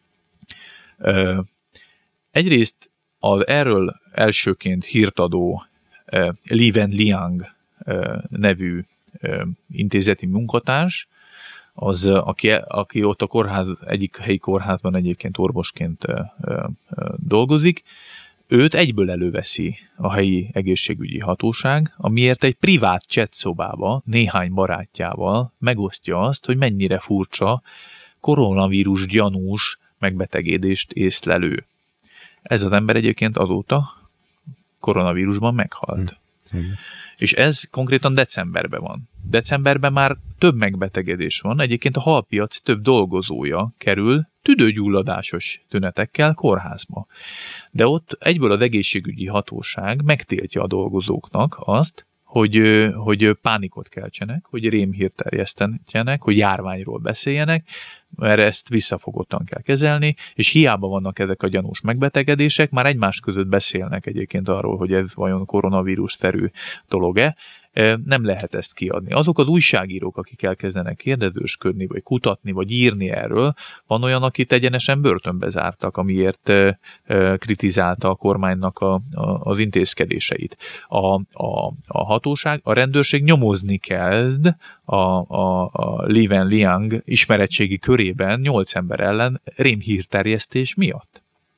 Egyrészt az erről elsőként hírt adó Li Wenliang nevű intézeti munkatárs, az, aki, aki ott a kórház, egyik helyi kórházban egyébként orvosként ö, ö, dolgozik, őt egyből előveszi a helyi egészségügyi hatóság, amiért egy privát chat szobába néhány barátjával megosztja azt, hogy mennyire furcsa koronavírus gyanús megbetegedést észlelő. Ez az ember egyébként azóta koronavírusban meghalt. Mm. Mm. És ez konkrétan decemberben van. Decemberben már több megbetegedés van, egyébként a halpiac több dolgozója kerül tüdőgyulladásos tünetekkel kórházba. De ott egyből az egészségügyi hatóság megtiltja a dolgozóknak azt, hogy, hogy pánikot keltsenek, hogy rémhírt terjesztenek, hogy járványról beszéljenek, mert ezt visszafogottan kell kezelni, és hiába vannak ezek a gyanús megbetegedések, már egymás között beszélnek egyébként arról, hogy ez vajon koronavírus-szerű dolog-e, nem lehet ezt kiadni. Azok az újságírók, akik elkezdenek kérdezősködni, vagy kutatni, vagy írni erről, van olyan, akit egyenesen börtönbe zártak, amiért kritizálta a kormánynak a, a, az intézkedéseit. A, a, a hatóság, a rendőrség nyomozni kezd a, a, a Li Wenliang ismeretségi körében nyolc ember ellen rémhírterjesztés miatt.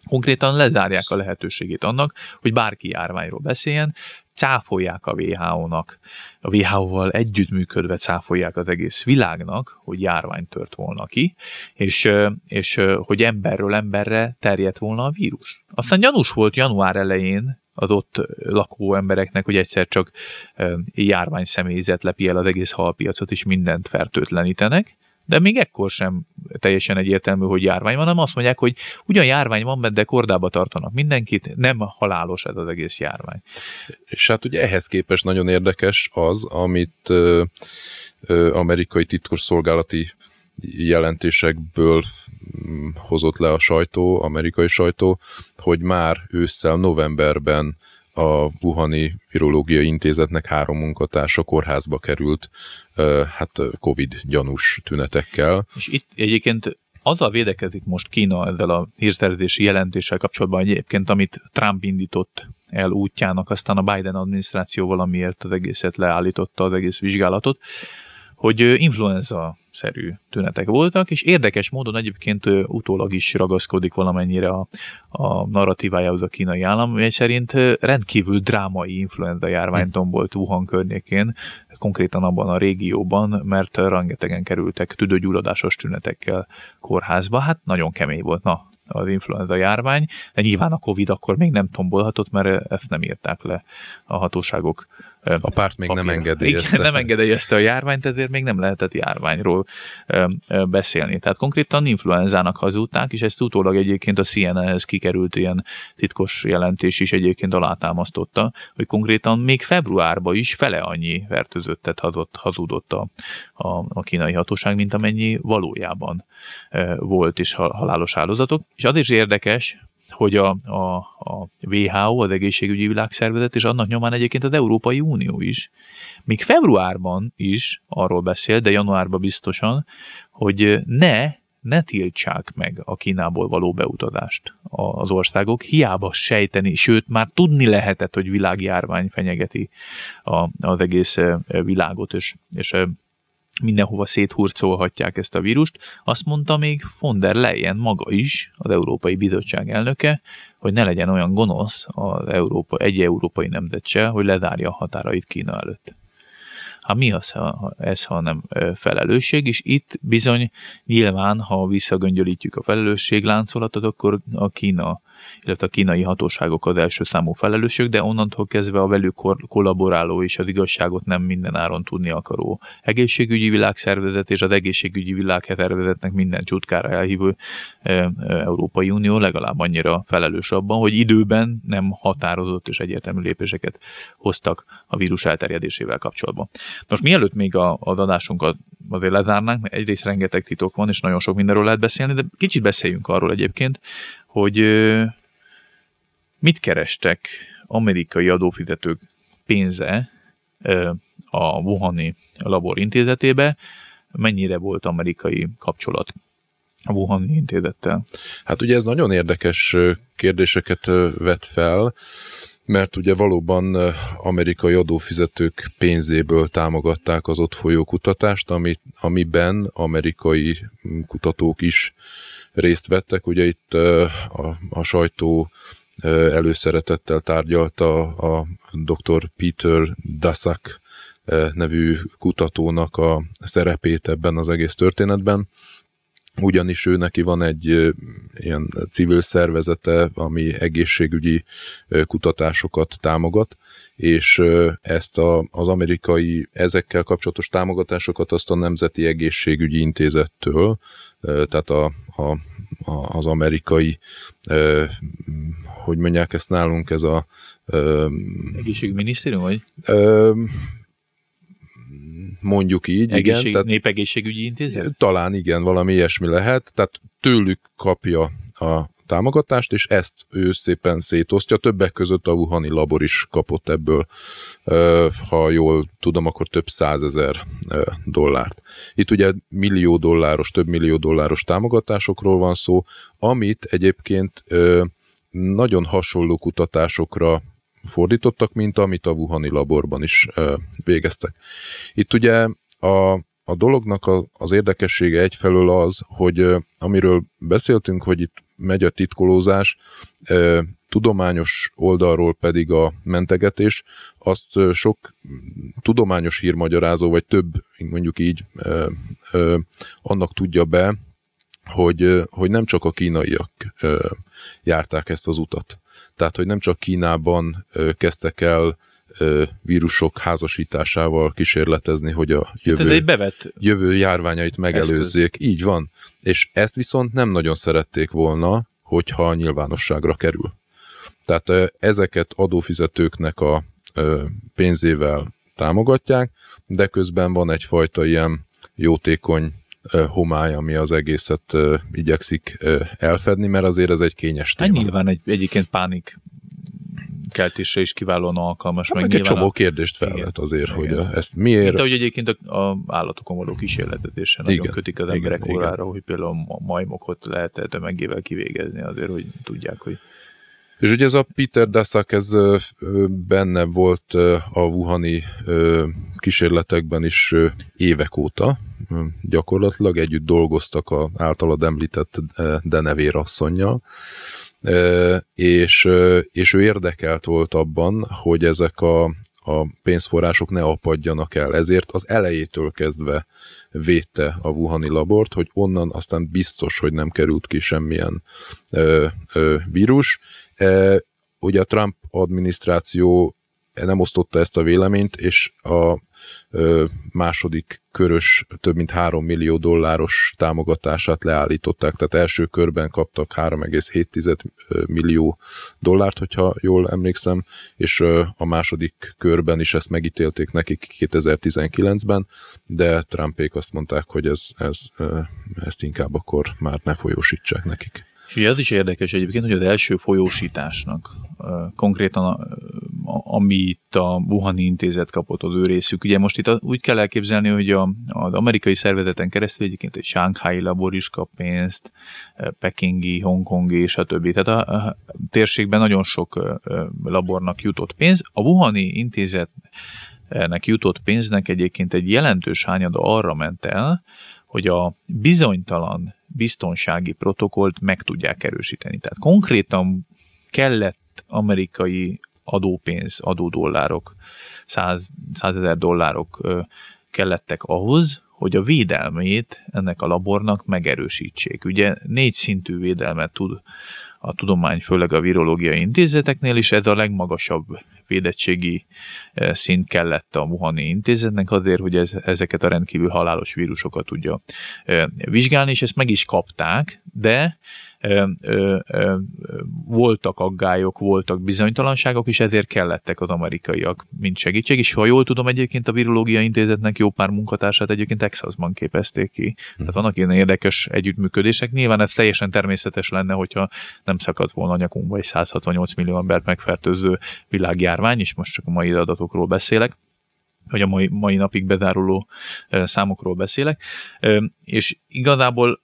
konkrétan lezárják a lehetőségét annak, hogy bárki járványról beszéljen, cáfolják a vé há ó-nak, a vé há ó-val együttműködve cáfolják az egész világnak, hogy járvány tört volna ki, és, és hogy emberről emberre terjedt volna a vírus. Aztán gyanús volt január elején az ott lakó embereknek, hogy egyszer csak járvány személyzet lepi el az egész halpiacot, és mindent fertőtlenítenek, de még ekkor sem teljesen egyértelmű, hogy járvány van, hanem azt mondják, hogy ugyan járvány van, de kordába tartanak mindenkit, nem halálos ez az egész járvány. És hát ugye ehhez képest nagyon érdekes az, amit ö, ö, amerikai titkosszolgálati jelentésekből hozott le a sajtó, amerikai sajtó, hogy már ősszel, novemberben a Wuhani Virológiai Intézetnek három munkatársa kórházba került, hát Covid gyanús tünetekkel. És itt egyébként azzal védekezik most Kína ezzel a hírszerzési jelentéssel kapcsolatban egyébként, amit Trump indított el útjának, aztán a Biden adminisztráció valamiért az egészet leállította, az egész vizsgálatot, hogy influenza-szerű tünetek voltak, és érdekes módon egyébként utólag is ragaszkodik valamennyire a, a narratívájához a kínai állam, mely szerint rendkívül drámai influenza járvány tombolt Wuhan környékén, konkrétan abban a régióban, mert rengetegen kerültek tüdőgyulladásos tünetekkel kórházba. Hát nagyon kemény volt, na, az influenza járvány, de nyilván a Covid akkor még nem tombolhatott, mert ezt nem írták le a hatóságok. A párt még papír. nem engedélyezte. Igen, nem engedélyezte a járványt, ezért még nem lehetett járványról beszélni. Tehát konkrétan influenzának hazudták, és ezt utólag egyébként a cé en en-hez kikerült ilyen titkos jelentés is egyébként alátámasztotta, hogy konkrétan még februárban is fele annyi fertőzöttet hazudott a, a, a kínai hatóság, mint amennyi valójában volt is halálos áldozatok. És az is érdekes, hogy a, a, a vé há ó, az Egészségügyi Világszervezet, és annak nyomán egyébként az Európai Unió is, még februárban is arról beszél, de januárban biztosan, hogy ne, ne tiltsák meg a Kínából való beutazást az országok, hiába sejteni, sőt már tudni lehetett, hogy világjárvány fenyegeti a, az egész világot, és, és mindenhova széthurcolhatják ezt a vírust. Azt mondta még von der Leyen maga is, az Európai Bizottság elnöke, hogy ne legyen olyan gonosz az Európa, egy európai nemzet se, hogy lezárja a határait Kína előtt. Hát mi az, ha ez, ha nem felelősség, és itt bizony nyilván, ha visszagöngyölítjük a felelősségláncolatot, akkor a Kína, illetve a kínai hatóságok az első számú felelősök, de onnantól kezdve a velük kollaboráló és az igazságot nem minden áron tudni akaró egészségügyi világszervezet és az egészségügyi világszervezetnek minden csutkára elhívő e, e, Európai Unió legalább annyira felelős abban, hogy időben nem határozott és egyértelmű lépéseket hoztak a vírus elterjedésével kapcsolatban. Most mielőtt még a, az adásunkat azért lezárnánk, mert egyrészt rengeteg titok van, és nagyon sok mindenről lehet beszélni, de kicsit beszéljünk arról egyébként, hogy mit kerestek amerikai adófizetők pénze a Wuhani labor intézetébe, mennyire volt amerikai kapcsolat a Wuhani intézettel? Hát ugye ez nagyon érdekes kérdéseket vet fel, mert ugye valóban amerikai adófizetők pénzéből támogatták az ott folyó kutatást, ami, amiben amerikai kutatók is részt vettek. Ugye itt a, a sajtó előszeretettel tárgyalta a doktor Peter Daszak nevű kutatónak a szerepét ebben az egész történetben. Ugyanis ő neki van egy ilyen civil szervezete, ami egészségügyi kutatásokat támogat, és ezt a, az amerikai ezekkel kapcsolatos támogatásokat azt a Nemzeti Egészségügyi Intézettől, tehát a, a, a, az amerikai, hogy mondják ezt nálunk, ez a... Egészségügyminisztérium, vagy? Mondjuk így, Egészség, igen. Tehát, Népegészségügyi Intézet? Talán igen, valami ilyesmi lehet. Tehát tőlük kapja a támogatást, és ezt ő szépen szétosztja. Többek között a Wuhani labor is kapott ebből, ha jól tudom, akkor több százezer dollárt. Itt ugye millió dolláros, több millió dolláros támogatásokról van szó, amit egyébként nagyon hasonló kutatásokra fordítottak, mint amit a Wuhani laborban is végeztek. Itt ugye a, a dolognak a, az érdekessége egyfelől az, hogy amiről beszéltünk, hogy itt megy a titkolózás, tudományos oldalról pedig a mentegetés, azt sok tudományos hírmagyarázó, vagy több, mondjuk így, annak tudja be, hogy, hogy nem csak a kínaiak járták ezt az utat. Tehát, hogy nem csak Kínában kezdtek el vírusok házasításával kísérletezni, hogy a jövő, jövő járványait megelőzzék. Eszköz. Így van. És ezt viszont nem nagyon szerették volna, hogyha a nyilvánosságra kerül. Tehát ezeket adófizetőknek a pénzével támogatják, de közben van egyfajta ilyen jótékony homály, ami az egészet igyekszik elfedni, mert azért ez egy kényes téma. Hát nyilván egy, egyébként pánik keltésre is kiválóan alkalmas. Hát meg, meg egy csomó a... kérdést felvet azért, igen, hogy igen. ezt miért... Mint ahogy egyébként a, a állatokon való kísérletetésen nagyon igen, kötik az igen, emberek igen, órára, igen. hogy például a majmokot lehet tömegével kivégezni azért, hogy tudják, hogy... És ugye ez a Peter Daszak, ez benne volt a wuhani kísérletekben is évek óta. Gyakorlatilag együtt dolgoztak az általad említett Denevér asszonnyal, és, és ő érdekelt volt abban, hogy ezek a, a pénzforrások ne apadjanak el. Ezért az elejétől kezdve védte a wuhani labort, hogy onnan aztán biztos, hogy nem került ki semmilyen ö, ö, vírus. E, ugye a Trump adminisztráció nem osztotta ezt a véleményt, és a ö, második körös több mint három millió dolláros támogatását leállították, tehát első körben kaptak három egész hét millió dollárt, hogyha jól emlékszem, és ö, a második körben is ezt megítélték nekik kétezer-tizenkilencben, de Trumpék azt mondták, hogy ez, ez, ö, ezt inkább akkor már ne folyósítsák nekik. És ugye az is érdekes egyébként, hogy az első folyósításnak konkrétan amit a Wuhani intézet kapott az ő részük. Ugye most itt úgy kell elképzelni, hogy a, az amerikai szervezeten keresztül egyébként egy Shanghai labor is kap pénzt, pekingi, hongkongi és a többi. Tehát a, a térségben nagyon sok labornak jutott pénz. A Wuhani intézetnek jutott pénznek egyébként egy jelentős hányada arra ment el, hogy a bizonytalan biztonsági protokollt meg tudják erősíteni. Tehát konkrétan kellett amerikai adópénz, adódollárok, százezer dollárok kellettek ahhoz, hogy a védelmét ennek a labornak megerősítsék. Ugye négy szintű védelmet tud a tudomány, főleg a virológiai intézeteknél, és ez a legmagasabb védettségi szint kellett a Wuhani intézetnek azért, hogy ez, ezeket a rendkívül halálos vírusokat tudja vizsgálni, és ezt meg is kapták, de Ö, ö, ö, voltak aggályok, voltak bizonytalanságok, és ezért kellettek az amerikaiak, mint segítség, és ha jól tudom, egyébként a Virológiai Intézetnek jó pár munkatársát egyébként Texasban képezték ki. Tehát vannak ilyen érdekes együttműködések. Nyilván ez teljesen természetes lenne, hogyha nem szakadt volna a nyakunkba egy száz hatvannyolc millió embert megfertőző világjárvány, és most csak a mai adatokról beszélek, vagy a mai, mai napig bezáruló számokról beszélek. És igazából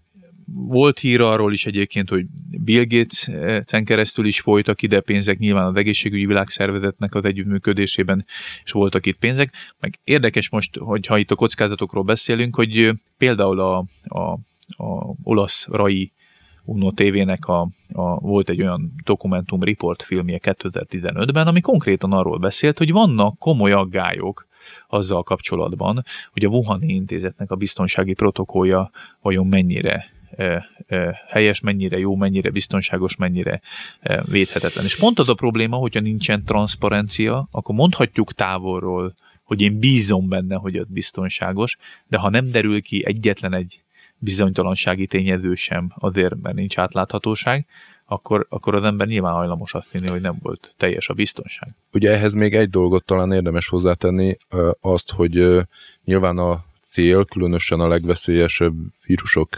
volt hír arról is egyébként, hogy Bill Gates-en keresztül is folytak ide pénzek, nyilván az egészségügyi világszervezetnek az együttműködésében is voltak itt pénzek. Meg érdekes most, hogyha itt a kockázatokról beszélünk, hogy például a, a, a olasz Rai Uno té vének a, a, volt egy olyan dokumentum report filmje kétezer-tizenötben, ami konkrétan arról beszélt, hogy vannak komoly aggályok azzal kapcsolatban, hogy a Wuhani intézetnek a biztonsági protokollja vajon mennyire helyes, mennyire jó, mennyire biztonságos, mennyire védhetetlen. És pont az a probléma, hogyha nincsen transzparencia, akkor mondhatjuk távolról, hogy én bízom benne, hogy az biztonságos, de ha nem derül ki egyetlen egy bizonytalansági tényező sem azért, mert nincs átláthatóság, akkor, akkor az ember nyilván hajlamos azt hinni, hogy nem volt teljes a biztonság. Ugye ehhez még egy dolgot talán érdemes hozzátenni, azt, hogy nyilván a cél, különösen a legveszélyesebb vírusok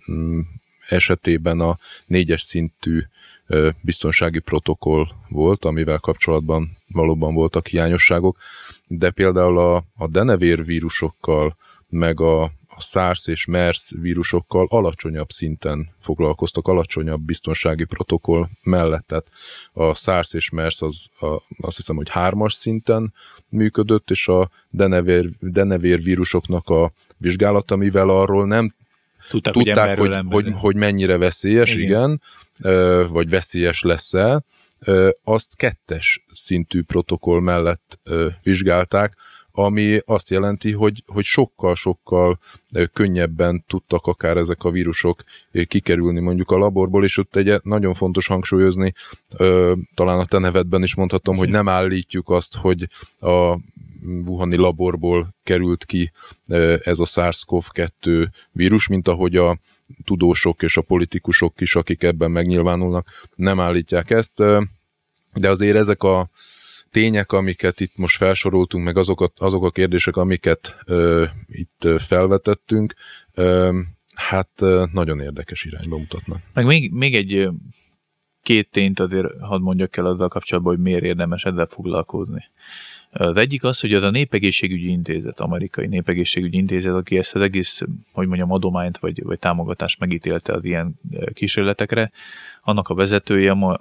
esetében a négyes szintű biztonsági protokoll volt, amivel kapcsolatban valóban voltak hiányosságok, de például a, a denevér vírusokkal, meg a, a SARS és MERS vírusokkal alacsonyabb szinten foglalkoztak, alacsonyabb biztonsági protokoll mellett. Tehát a SARS és MERS az a, azt hiszem, hogy hármas szinten működött, és a denevér, denevér vírusoknak a vizsgálata, mivel arról nem tudták, tudták hogy, hogy, hogy, hogy mennyire veszélyes, igen, igen vagy veszélyes lesz-e, azt kettes szintű protokoll mellett vizsgálták, ami azt jelenti, hogy, hogy sokkal-sokkal könnyebben tudtak akár ezek a vírusok kikerülni mondjuk a laborból, és ott egy nagyon fontos hangsúlyozni, talán a te nevedben is mondhatom, hogy nem állítjuk azt, hogy a wuhani laborból került ki ez a SARS-CoV kettő vírus, mint ahogy a tudósok és a politikusok is, akik ebben megnyilvánulnak, nem állítják ezt, de azért ezek a tények, amiket itt most felsoroltunk, meg azok a, azok a kérdések, amiket ö, itt felvetettünk, ö, hát ö, nagyon érdekes irányba mutatnak. Meg még, még egy két tényt azért hadd mondjak el azzal kapcsolatban, hogy miért érdemes ezzel foglalkozni. Az egyik az, hogy az a Népegészségügyi Intézet, amerikai Népegészségügyi Intézet, aki ezt az egész, hogy mondjam, adományt vagy, vagy támogatást megítélte az ilyen kísérletekre, annak a vezetője ma,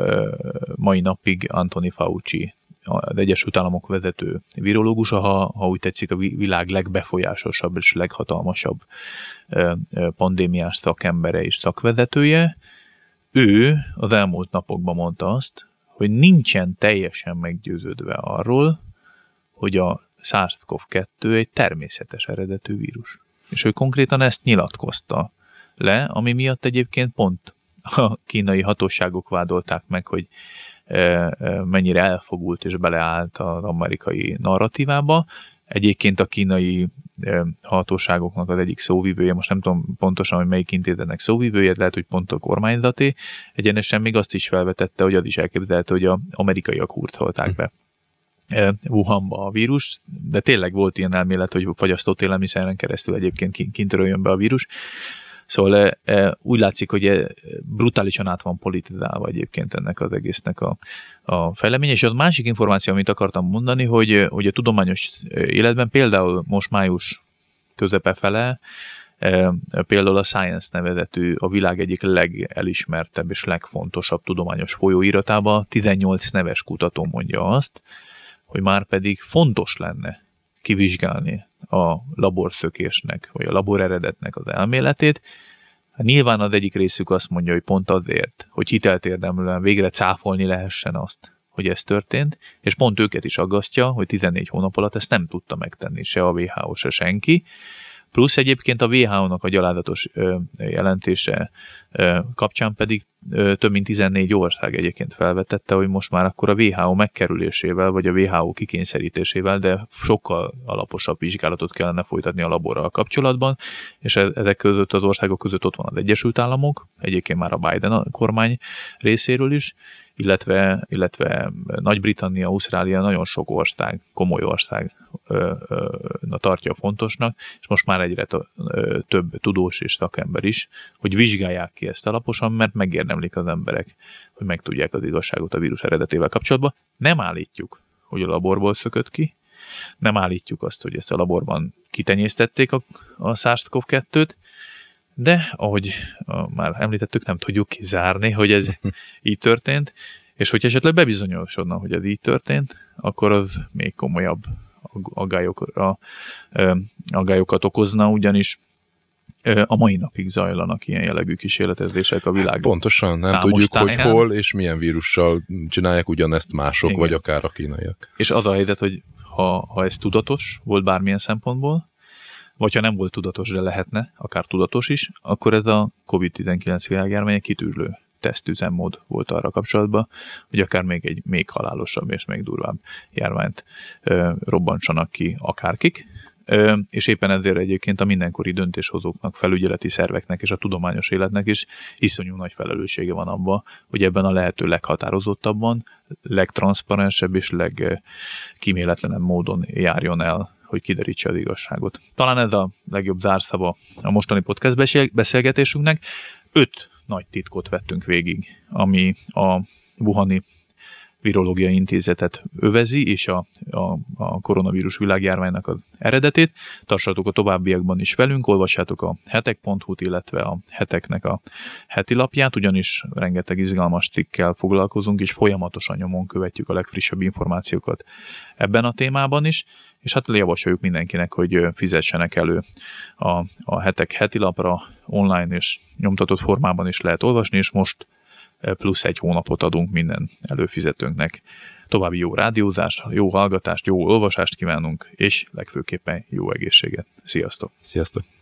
mai napig Anthony Fauci, az Egyesült Államok vezető virológusa, ha, ha úgy tetszik, a világ legbefolyásosabb és leghatalmasabb pandémiás szakembere és szakvezetője. Ő az elmúlt napokban mondta azt, hogy nincsen teljesen meggyőződve arról, hogy a SARS-CoV kettő egy természetes eredetű vírus. És ő konkrétan ezt nyilatkozta le, ami miatt egyébként pont a kínai hatóságok vádolták meg, hogy mennyire elfogult és beleállt az amerikai narratívába. Egyébként a kínai hatóságoknak az egyik szóvivője, most nem tudom pontosan, hogy melyik intézetnek szóvivője, lehet, hogy pont a kormányzati, egyenesen még azt is felvetette, hogy az is elképzelhető, hogy az amerikaiak hurcolták be Wuhanba a vírus, de tényleg volt ilyen elmélet, hogy fagyasztott élelmiszeren keresztül egyébként kintről jön be a vírus. Szóval e, úgy látszik, hogy brutálisan át van politizálva egyébként ennek az egésznek a, a fejleménye. És az másik információ, amit akartam mondani, hogy, hogy a tudományos életben például most május közepe fele, e, például a Science nevezetű, a világ egyik legelismertebb és legfontosabb tudományos folyóiratában tizennyolc neves kutató mondja azt, hogy már pedig fontos lenne kivizsgálni a laborszökésnek, vagy a labor eredetnek az elméletét. Hát nyilván az egyik részük azt mondja, hogy pont azért, hogy hitelt érdemlően végre cáfolni lehessen azt, hogy ez történt, és pont őket is aggasztja, hogy tizennégy hónap alatt ezt nem tudta megtenni se a dupla vé há ó, se senki. Plusz egyébként a dupla vé há ó-nak a gyalázatos ö, jelentése ö, kapcsán pedig ö, több mint tizennégy ország egyébként felvetette, hogy most már akkor a dupla vé há ó megkerülésével, vagy a dupla vé há ó kikényszerítésével, de sokkal alaposabb vizsgálatot kellene folytatni a laborral kapcsolatban, és ezek között az országok között ott van az Egyesült Államok, egyébként már a Biden kormány részéről is, illetve, illetve Nagy-Britannia, Ausztrália, nagyon sok ország, komoly ország ö, ö, na, tartja fontosnak, és most már egyre t- ö, több tudós és szakember is, hogy vizsgálják ki ezt alaposan, mert megérdemlik az emberek, hogy megtudják az igazságot a vírus eredetével kapcsolatban. Nem állítjuk, hogy a laborból szökött ki, nem állítjuk azt, hogy ezt a laborban kitenyésztették a, a SARS-CoV kettőt, de ahogy már említettük, nem tudjuk kizárni, hogy ez így történt, és hogyha esetleg bebizonyosodna, hogy ez így történt, akkor az még komolyabb aggályokra, aggályokat okozna, ugyanis a mai napig zajlanak ilyen jellegű kísérletezések a világ. Pontosan, nem tudjuk, táján. Hogy hol és milyen vírussal csinálják ugyanezt mások, igen, vagy akár a kínaiak. És az a helyzet, hogy ha, ha ez tudatos volt bármilyen szempontból, vagy ha nem volt tudatos, de lehetne, akár tudatos is, akkor ez a kovid tizenkilenc világjárvány egy kitűrlő tesztüzemmód volt arra kapcsolatban, hogy akár még egy még halálosabb és még durvább járványt ö, robbantsanak ki akárkik. Ö, és éppen ezért egyébként a mindenkori döntéshozóknak, felügyeleti szerveknek és a tudományos életnek is iszonyú nagy felelőssége van abban, hogy ebben a lehető leghatározottabban, legtranszparensebb és legkíméletlenebb módon járjon el, hogy kiderítse az igazságot. Talán ez a legjobb zárszava a mostani podcast beszélgetésünknek. Öt nagy titkot vettünk végig, ami a wuhani Virológiai Intézetet övezi, és a, a, a koronavírus világjárványnak az eredetét. Tartsatok a továbbiakban is velünk, olvassátok a hetek pont hu-t, illetve a heteknek a heti lapját, ugyanis rengeteg izgalmas cikkel foglalkozunk, és folyamatosan nyomon követjük a legfrissebb információkat ebben a témában is, és hát javasoljuk mindenkinek, hogy fizessenek elő a, a hetek heti lapra, online és nyomtatott formában is lehet olvasni, és most plusz egy hónapot adunk minden előfizetőnknek. További jó rádiózást, jó hallgatást, jó olvasást kívánunk, és legfőképpen jó egészséget. Sziasztok! Sziasztok!